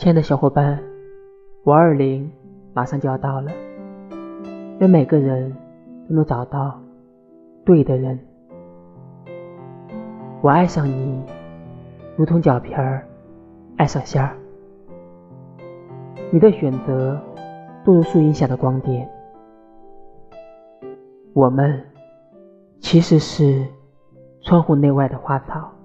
亲爱的小伙伴，520马上就要到了，愿每个人都能找到对的人。我爱上你，如同脚皮儿爱上馅儿。你的选择堕入树荫下的光点，我们其实是窗户内外的花草。